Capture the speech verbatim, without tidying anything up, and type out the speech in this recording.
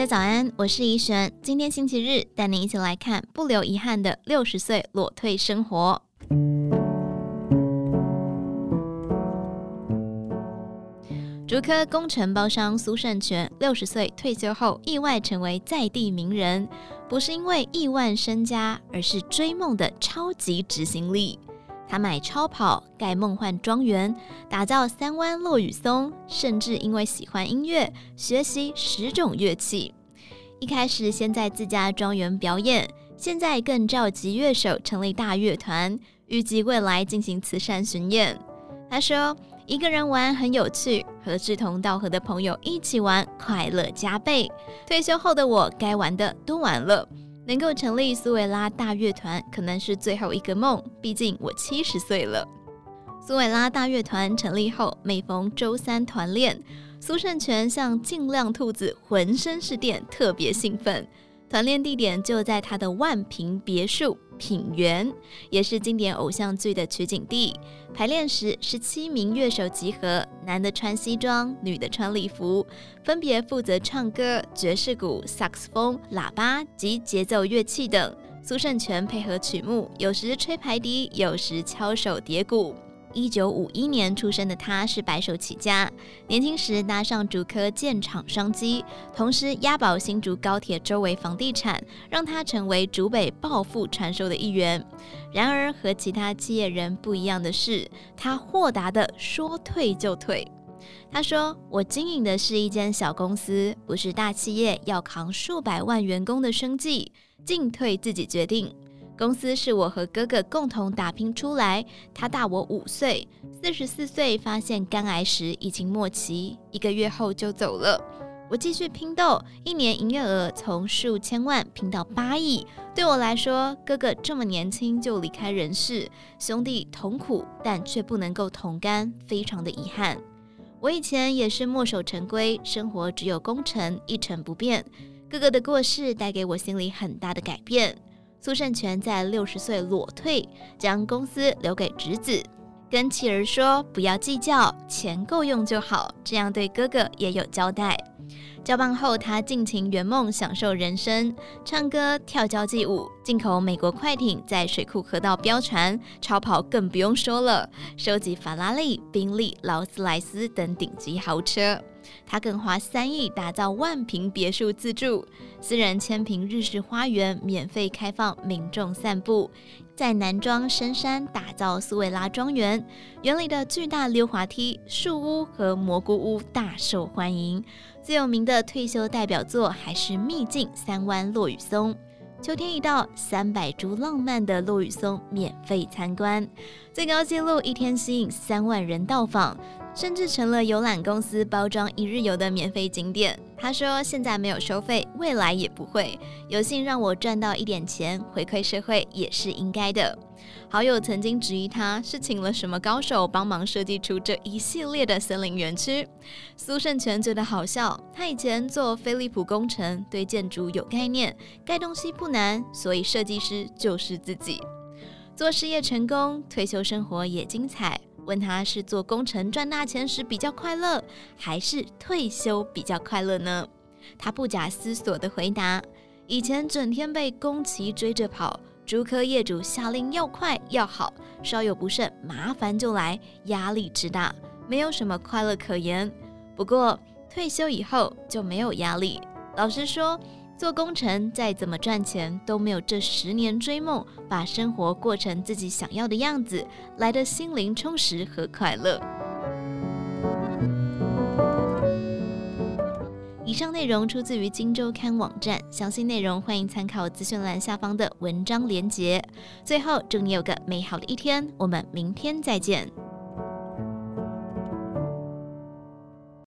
家早安，我是怡璇。今天星期日，带您一起来看不留遗憾的六十岁裸退生活。竹科工程包商苏胜全六十岁退休后，意外成为在地名人，不是因为亿万身家，而是追梦的超级执行力。他买超跑，盖梦幻庄园，打造三湾落羽松，甚至因为喜欢音乐，学习十种乐器。一开始先在自家庄园表演，现在更召集乐手成立大乐团，预计未来进行慈善巡演。他说，一个人玩很有趣，和志同道合的朋友一起玩，快乐加倍。退休后的我，该玩的都玩了。能够成立苏维拉大乐团可能是最后一个梦，毕竟我七十岁了。苏维拉大乐团成立后，每逢周三团练，苏胜全像尽量兔子浑身是电，特别兴奋。团练地点就在他的万平别墅品园，也是经典偶像剧的取景地。排练时，十七名乐手集合，男的穿西装，女的穿礼服，分别负责唱歌、爵士鼓、萨克斯风、喇叭及节奏乐器等。苏胜全配合曲目，有时吹排笛，有时敲手叠鼓。一九五一年出生的他是白手起家，年轻时搭上竹科建厂商机，同时押宝新竹高铁周围房地产，让他成为竹北暴富传说的一员。然而和其他企业人不一样的是，他豁达的说退就退。他说，我经营的是一间小公司，不是大企业要扛数百万员工的生计，进退自己决定。公司是我和哥哥共同打拼出来，他大我五岁，四十四岁发现肝癌时已经末期，一个月后就走了。我继续拼斗，一年营业额从数千万拼到八亿。对我来说，哥哥这么年轻就离开人世，兄弟同苦，但却不能够同甘，非常的遗憾。我以前也是墨守成规，生活只有功成，一成不变。哥哥的过世带给我心里很大的改变。苏胜全在六十岁裸退，将公司留给侄子，跟妻儿说不要计较，钱够用就好，这样对哥哥也有交代。交棒后，他尽情圆梦，享受人生，唱歌、跳交际舞，进口美国快艇在水库河道飙船，超跑更不用说了，收集法拉利、宾利、劳斯莱斯等顶级豪车。他更花三亿打造万平别墅自住，私人千坪日式花园免费开放民众散步，在南庄深山打造苏维拉庄园，园里的巨大溜滑梯、树屋和蘑菇屋大受欢迎。最有名的退休代表作还是秘境三湾落羽松。秋天一到，三百株浪漫的落羽松免费参观，最高纪录一天吸引三万人到访，甚至成了游览公司包装一日游的免费景点。他说，现在没有收费，未来也不会，有幸让我赚到一点钱，回馈社会也是应该的。好友曾经质疑他是请了什么高手帮忙设计出这一系列的森林园区。苏胜全觉得好笑，他以前做飞利浦工程，对建筑有概念，盖东西不难，所以设计师就是自己。做事业成功，退休生活也精彩。问他是做工程赚大钱时比较快乐，还是退休比较快乐呢？他不假思索地回答，以前整天被工期追着跑，竹科业主下令要快要好，稍有不慎麻烦就来，压力之大，没有什么快乐可言。不过退休以后就没有压力，老实说，做工程再怎么赚钱，都没有这十年追梦，把生活过成自己想要的样子来的心灵充实和快乐。以上内容出自于今周刊网站，详细内容欢迎参考资讯栏下方的文章连结。最后，祝你有个美好的一天，我们明天再见。